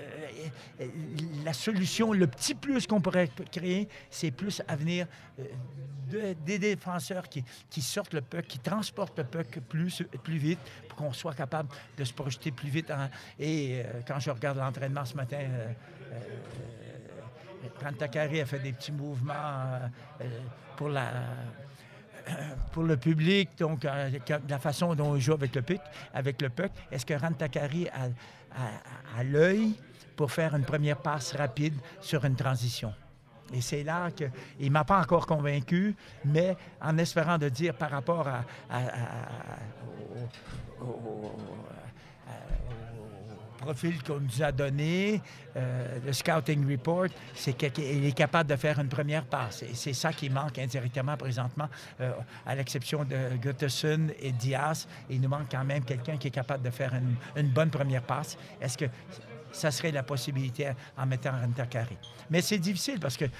la solution, le petit plus qu'on pourrait créer, c'est plus à venir des défenseurs qui sortent le puck, qui transportent le puck plus vite pour qu'on soit capable de se projeter plus vite. Quand je regarde l'entraînement ce matin, Rantakarri a fait des petits mouvements pour le public, donc la façon dont il joue avec le puck. Est-ce que Rantakarri a l'œil pour faire une première passe rapide sur une transition? Et c'est là qu'il ne m'a pas encore convaincu, mais en espérant de dire par rapport au profil qu'on nous a donné, le scouting report, c'est qu'il est capable de faire une première passe. Et c'est ça qui manque indirectement présentement, à l'exception de Gutterson et Diaz. Il nous manque quand même quelqu'un qui est capable de faire une bonne première passe. Est-ce que ça serait la possibilité en mettant Rantakaré? Mais c'est difficile parce que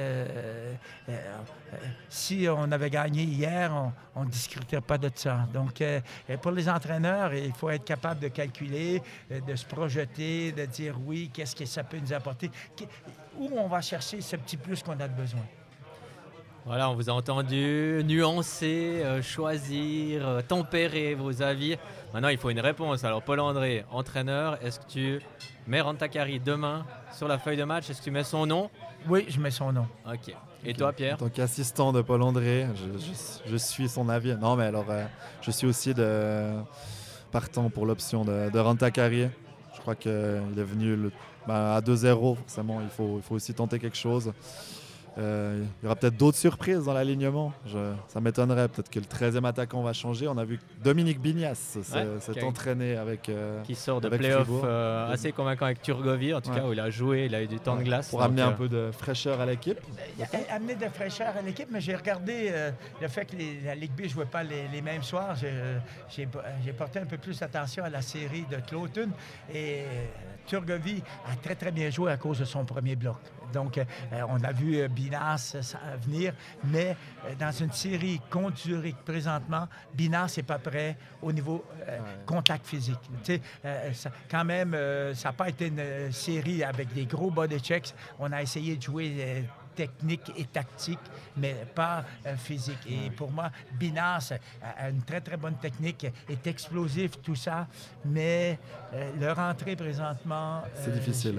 si on avait gagné hier, on ne discuterait pas de ça. Donc, pour les entraîneurs, il faut être capable de calculer, de se projeter, de dire oui, qu'est-ce que ça peut nous apporter, où on va chercher ce petit plus qu'on a besoin. Voilà, on vous a entendu nuancer, choisir, tempérer vos avis. Maintenant, il faut une réponse. Alors, Paul-André, entraîneur, est-ce que tu mets Rantakaré demain sur la feuille de match? Est-ce que tu mets son nom? Oui, je mets son nom. OK. Et toi, Pierre? En tant qu'assistant de Paul-André, je suis son avis. Non, mais alors, je suis aussi partant pour l'option de Rantakaré. Je crois qu'il est venu à 2-0, forcément. Il faut aussi tenter quelque chose. Il y aura peut-être d'autres surprises dans l'alignement. Ça m'étonnerait. Peut-être que le 13e attaquant va changer. On a vu que Dominique Bignas s'est entraîné avec qui sort de avec play-off Fribourg. assez convainquant avec Turgovie, en tout cas, où il a joué, il a eu du temps de glace. Pour amener un peu de fraîcheur à l'équipe. Amener de fraîcheur à l'équipe, mais j'ai regardé le fait que la Ligue B ne jouait pas les mêmes soirs. J'ai porté un peu plus attention à la série de Cloton. Et Turgovie a très, très bien joué à cause de son premier bloc. Donc, on a vu Binas venir, mais dans une série contre Zurich présentement, Binas n'est pas prêt au niveau contact physique. Tu sais, quand même, ça n'a pas été une série avec des gros body checks. On a essayé de jouer technique et tactique, mais pas physique. Et pour moi, Binas a une très, très bonne technique, est explosif, tout ça, mais leur entrée présentement... c'est difficile.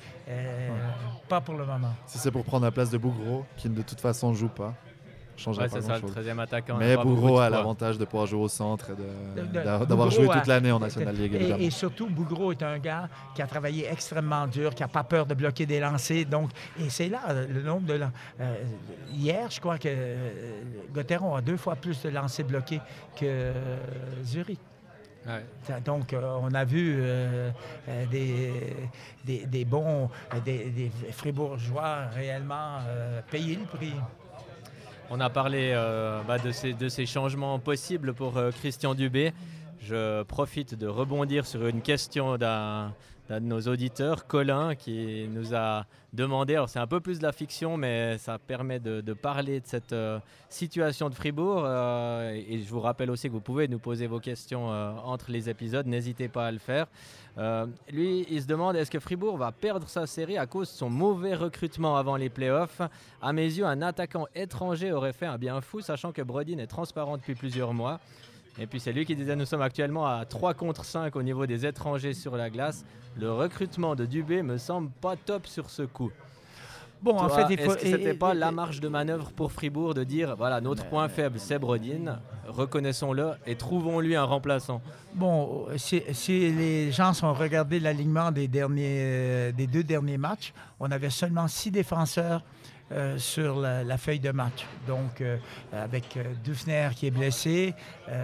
Pas pour le moment. Si c'est pour prendre la place de Bougro, qui de toute façon ne joue pas, changerait pas c'est ça, grand-chose. le 13e attaquant. Mais Bougro a l'avantage de pouvoir jouer au centre et d'avoir joué toute l'année en National League, évidemment. Et surtout, Bougro est un gars qui a travaillé extrêmement dur, qui n'a pas peur de bloquer des lancers. Donc, et c'est là le nombre de... hier, je crois que Gauthieron a 2 fois plus de lancers bloqués que Zurich. Ouais. Donc, on a vu des bons des Fribourgeois réellement payer le prix. On a parlé de ces changements possibles pour Christian Dubé. Je profite de rebondir sur une question d'un de nos auditeurs, Colin, qui nous a demandé, alors c'est un peu plus de la fiction, mais ça permet de parler de cette situation de Fribourg. Et je vous rappelle aussi que vous pouvez nous poser vos questions entre les épisodes, n'hésitez pas à le faire. Lui, il se demande, est-ce que Fribourg va perdre sa série à cause de son mauvais recrutement avant les playoffs? À mes yeux, un attaquant étranger aurait fait un bien fou, sachant que Brodin est transparent depuis plusieurs mois. Et puis c'est lui qui disait, nous sommes actuellement à 3 contre 5 au niveau des étrangers sur la glace. Le recrutement de Dubé me semble pas top sur ce coup. Bon, toi, en fait, est-ce que c'était pas la marge de manœuvre pour Fribourg de dire, voilà, notre point faible c'est Brodin, reconnaissons-le et trouvons-lui un remplaçant? Bon, si les gens ont regardé l'alignement des 2 derniers matchs, on avait seulement 6 défenseurs sur la feuille de match. Donc, avec Dufner qui est blessé,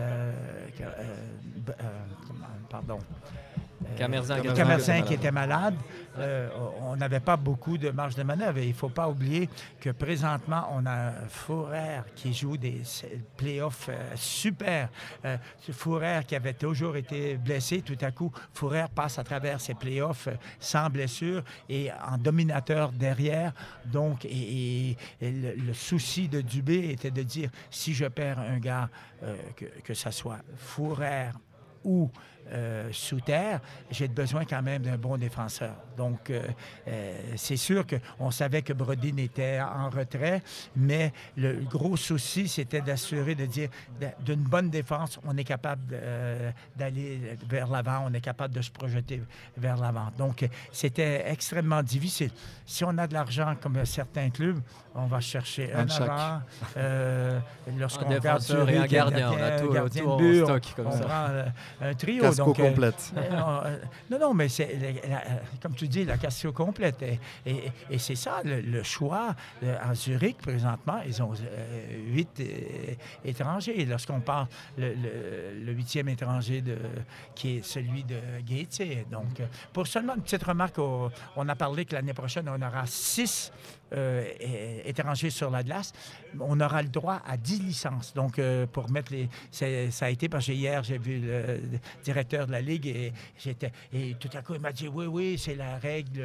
Camerzin qui était malade, on n'avait pas beaucoup de marge de manœuvre. Et il ne faut pas oublier que présentement, on a Fourère qui joue des playoffs super. Fourère qui avait toujours été blessé, tout à coup, Fourère passe à travers ces playoffs sans blessure et en dominateur derrière. Donc, et le souci de Dubé était de dire, si je perds un gars, que ça soit Fourère ou sous terre, j'ai besoin quand même d'un bon défenseur. Donc, c'est sûr qu'on savait que Brodin était en retrait, mais le gros souci, c'était d'assurer, de dire, d'une bonne défense, on est capable d'aller vers l'avant, on est capable de se projeter vers l'avant. Donc, c'était extrêmement difficile. Si on a de l'argent, comme certains clubs, on va chercher un avant. Lorsqu'on regarde et un gardien, on a tout gardien en de but, stock comme on ça. prend un trio. casco Donc, complète. non, mais c'est, comme tu dis, la casco complète. Et c'est ça, le choix. À Zurich, présentement, ils ont 8 étrangers. Lorsqu'on parle, le 8e étranger qui est celui de Gates. Donc, pour seulement une petite remarque, on a parlé que l'année prochaine, on aura 6 étrangers sur la glace. On aura le droit à 10 licences. Donc, pour mettre ça a été parce que hier, j'ai vu le directeur de la Ligue et tout à coup, il m'a dit oui, c'est la règle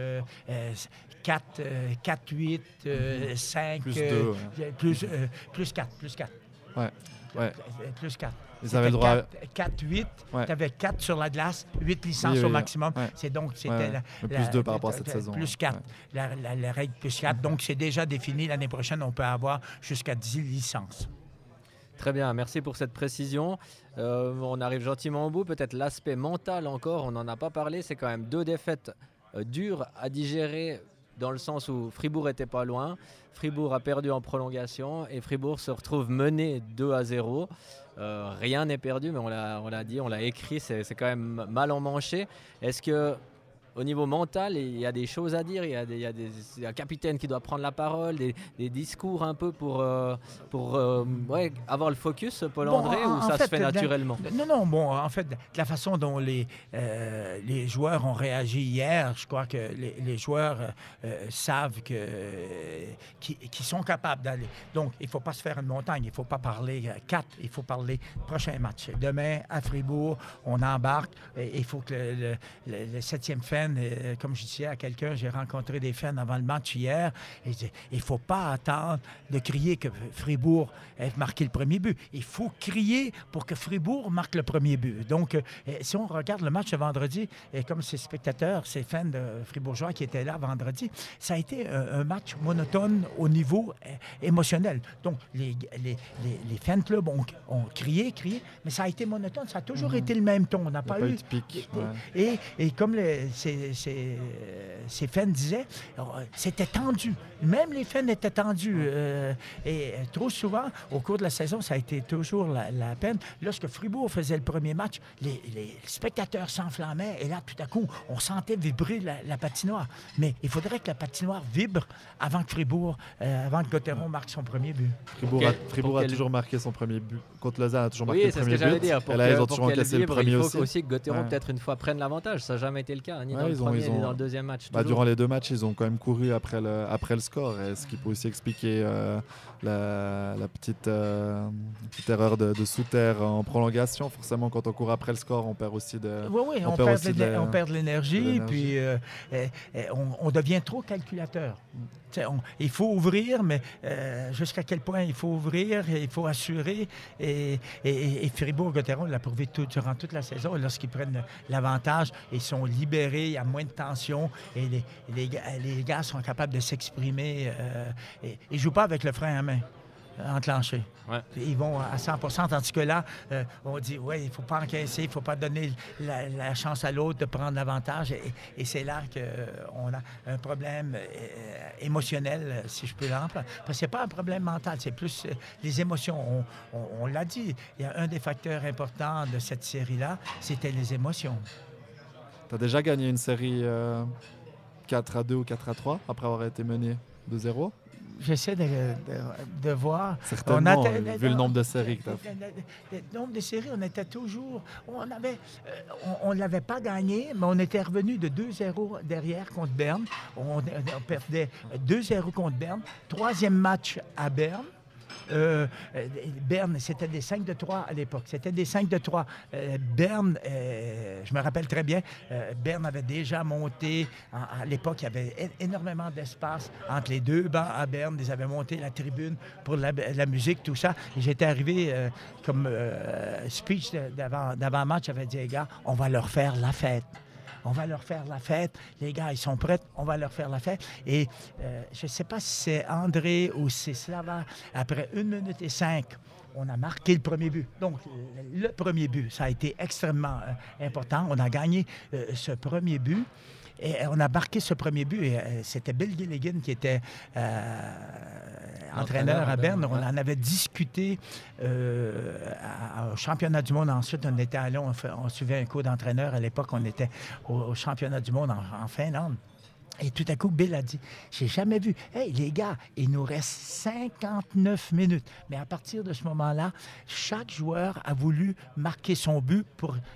4, 8, 5... Plus 2. Plus 4. Ouais. Plus 4. Ils avaient le droit 4, 8. Ouais. Tu avais 4 sur la glace, 8 licences au maximum. Ouais. C'était plus 2 par rapport à cette saison. Plus 4. La règle plus 4. Donc, c'est déjà défini. L'année prochaine, on peut avoir jusqu'à 10 licences. Très bien, merci pour cette précision. On arrive gentiment au bout. Peut-être l'aspect mental encore, on n'en a pas parlé. C'est quand même 2 défaites dures à digérer dans le sens où Fribourg n'était pas loin. Fribourg a perdu en prolongation et Fribourg se retrouve mené 2-0. Rien n'est perdu, mais on l'a dit, on l'a écrit, c'est quand même mal emmanché. Est-ce que au niveau mental, il y a des choses à dire, il y a un capitaine qui doit prendre la parole, des discours un peu pour avoir le focus, Paul-André, ou ça se fait naturellement? Non, en fait, de la façon dont les joueurs ont réagi hier, je crois que les joueurs savent qu'ils sont capables d'aller. Donc, il ne faut pas se faire une montagne, il ne faut pas parler 4, il faut parler prochain match. Demain, à Fribourg, on embarque, il faut que le 7e fan, comme je disais à quelqu'un, j'ai rencontré des fans avant le match hier, et il ne faut pas attendre de crier que Fribourg ait marqué le premier but. Il faut crier pour que Fribourg marque le premier but. Donc, si on regarde le match de vendredi, et comme ces spectateurs, ces fans de fribourgeois qui étaient là vendredi, ça a été un match monotone au niveau émotionnel. Donc, les fan clubs ont crié, mais ça a été monotone. Ça a toujours été le même ton. On n'a pas eu de pic. Et comme ces fans disaient, c'était tendu. Même les fans étaient tendus. Et trop souvent, au cours de la saison, ça a été toujours la peine. Lorsque Fribourg faisait le premier match, les spectateurs s'enflammaient et là, tout à coup, on sentait vibrer la patinoire. Mais il faudrait que la patinoire vibre avant que Gauthieron marque son premier but. Fribourg a toujours marqué son premier but. Contre Lausanne a toujours marqué oui, le premier but. Oui, c'est ce que j'allais dire. Et là, ils ont toujours encaissé le premier aussi. Il faut aussi que Gauthieron, peut-être une fois, prenne l'avantage. Ça n'a jamais été le cas, ni dans le premier, ni dans le deuxième match. Durant les 2 matchs, ils ont quand même couru après le score. Et ce qui peut aussi expliquer la petite erreur de Souter en prolongation. Forcément, quand on court après le score, on perd aussi de on perd de l'énergie. Puis on devient trop calculateur. Il faut ouvrir, mais jusqu'à quel point il faut ouvrir, il faut assurer. Et Fribourg-Gauthieron l'a prouvé durant toute la saison. Lorsqu'ils prennent l'avantage, ils sont libérés, il y a moins de tension et les gars sont capables de s'exprimer. Ils ne jouent pas avec le frein à main enclenché. Ouais. Ils vont à 100%, tandis que là, on dit, il ne faut pas encaisser, il ne faut pas donner la chance à l'autre de prendre l'avantage. Et c'est là qu'on a un problème émotionnel, si je peux l'employer. Parce que ce n'est pas un problème mental, c'est plus les émotions. On l'a dit, il y a un des facteurs importants de cette série-là, c'était les émotions. Tu as déjà gagné une série 4-2 ou 4-3 après avoir été mené 2-0? J'essaie de voir. Certainement, vu le nombre de séries que tu as fait. Le nombre de séries, on était toujours... On ne l'avait pas gagné, mais on était revenu de 2-0 derrière contre Berne. On perdait 2-0 contre Berne. 3e match à Berne. Berne, c'était des 5-3 à l'époque. C'était des 5-3. Berne, je me rappelle très bien, Berne avait déjà monté. À l'époque, il y avait énormément d'espace entre les 2 bancs à Berne. Ils avaient monté la tribune pour la musique, tout ça. Et j'étais arrivé comme speech d'avant-match. J'avais dit, les gars, on va leur faire la fête. On va leur faire la fête. Les gars, ils sont prêts. On va leur faire la fête. Et je ne sais pas si c'est André ou c'est Slava. Après 1 minute et 5, on a marqué le premier but. Donc, le premier but, ça a été extrêmement important. On a gagné ce premier but. Et on a marqué ce premier but. Et, c'était Bill Gilligan qui était entraîneur à Berne. On en avait discuté au championnat du monde. Ensuite, on était allé, on suivait un cours d'entraîneur. À l'époque, on était au championnat du monde en Finlande. Et tout à coup, Bill a dit, j'ai jamais vu. Hey, les gars, il nous reste 59 minutes. Mais à partir de ce moment-là, chaque joueur a voulu marquer son but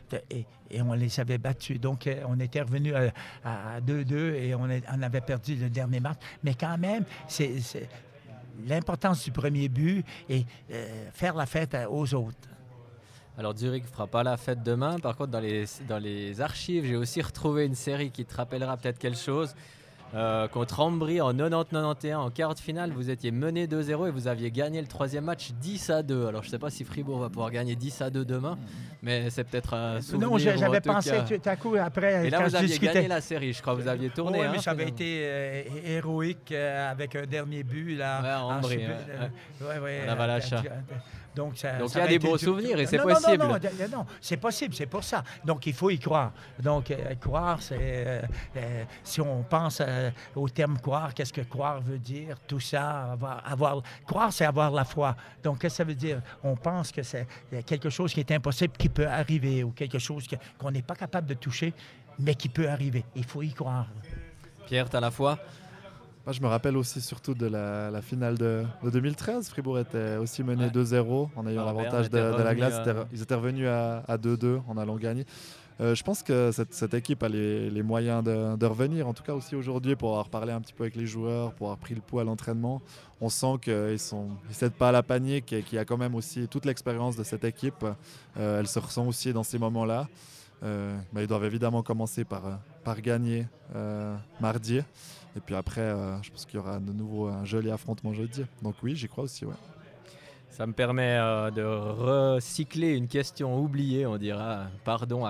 et on les avait battus. Donc, on était revenu à 2-2 et on avait perdu le dernier match. Mais quand même, c'est l'importance du premier but et faire la fête aux autres. Alors Zurich ne fera pas la fête demain. Par contre, dans les archives, j'ai aussi retrouvé une série qui te rappellera peut-être quelque chose. Contre Ambry en 90-91, en quart de finale, vous étiez mené 2-0 et vous aviez gagné le troisième match 10-2. Alors je ne sais pas si Fribourg va pouvoir gagner 10-2 demain, mais c'est peut-être un souvenir. Non, j'avais pensé tout à coup après. Et là, vous aviez gagné la série, je crois. Vous aviez tourné. Oui, mais ça avait été héroïque avec un dernier but. Là, ouais, en Ambry. Ouais, à Valacha. Donc, il y a des beaux souvenirs et c'est possible. Non, c'est possible, c'est pour ça. Donc, il faut y croire. Donc, croire, c'est... si on pense au terme croire, qu'est-ce que croire veut dire, tout ça, croire, c'est avoir la foi. Donc, qu'est-ce que ça veut dire? On pense que c'est quelque chose qui est impossible, qui peut arriver, ou quelque chose qu'on n'est pas capable de toucher, mais qui peut arriver. Il faut y croire. Pierre, tu as la foi? Moi, je me rappelle aussi surtout de la finale de 2013. Fribourg était aussi mené 2-0 en ayant l'avantage de la glace. Ils étaient revenus à 2-2 en allant gagner. Je pense que cette équipe a les moyens de revenir, en tout cas aussi aujourd'hui, pour avoir parlé un petit peu avec les joueurs, pour avoir pris le pouls à l'entraînement. On sent qu'ils ne cèdent pas à la panique et qu'il y a quand même aussi toute l'expérience de cette équipe. Elle se ressent aussi dans ces moments-là. Ils doivent évidemment commencer par gagner mardi. Et puis après, je pense qu'il y aura de nouveau un joli affrontement jeudi. Donc oui, j'y crois aussi. Ouais. Ça me permet de recycler une question oubliée, on dira. Pardon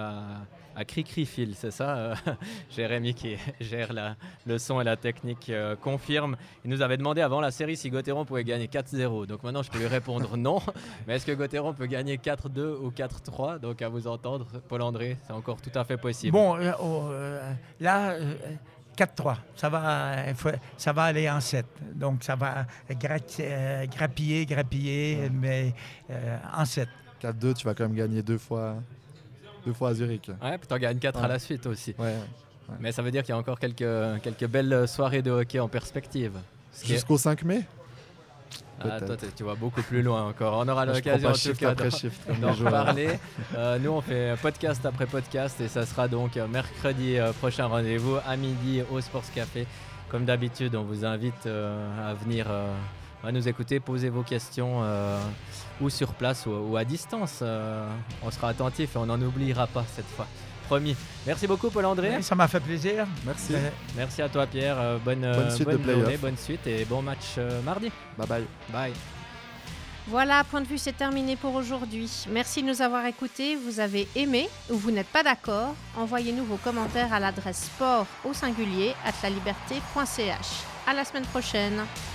à Cricri-Fil, c'est ça Jérémy qui gère le son et la technique confirme. Il nous avait demandé avant la série si Gauthieron pouvait gagner 4-0. Donc maintenant, je peux lui répondre non. Mais est-ce que Gauthieron peut gagner 4-2 ou 4-3 ? Donc à vous entendre, Paul-André, c'est encore tout à fait possible. Bon, là... 4-3, ça va aller en 7. Donc, ça va grappiller, mais en 7. 4-2, tu vas quand même gagner deux fois à Zurich. Ouais, puis tu en gagnes 4 à la suite aussi. Ouais. Mais ça veut dire qu'il y a encore quelques belles soirées de hockey en perspective. Jusqu'au 5 mai ? Ah, toi, tu vas beaucoup plus loin encore. On aura l'occasion en tout cas d'en reparler. Nous, on fait podcast après podcast et ça sera donc mercredi prochain rendez-vous à midi au Sports Café. Comme d'habitude, on vous invite à venir nous écouter, poser vos questions ou sur place ou à distance. On sera attentif et on n'en oubliera pas cette fois. Promis. Merci beaucoup Paul-André. Oui, ça m'a fait plaisir. Merci. Merci à toi Pierre. Bonne journée, bonne suite et bon match mardi. Bye. Voilà, Point de vue, c'est terminé pour aujourd'hui. Merci de nous avoir écoutés. Vous avez aimé ou vous n'êtes pas d'accord? Envoyez-nous vos commentaires à l'adresse sport@laliberté.ch. À la semaine prochaine.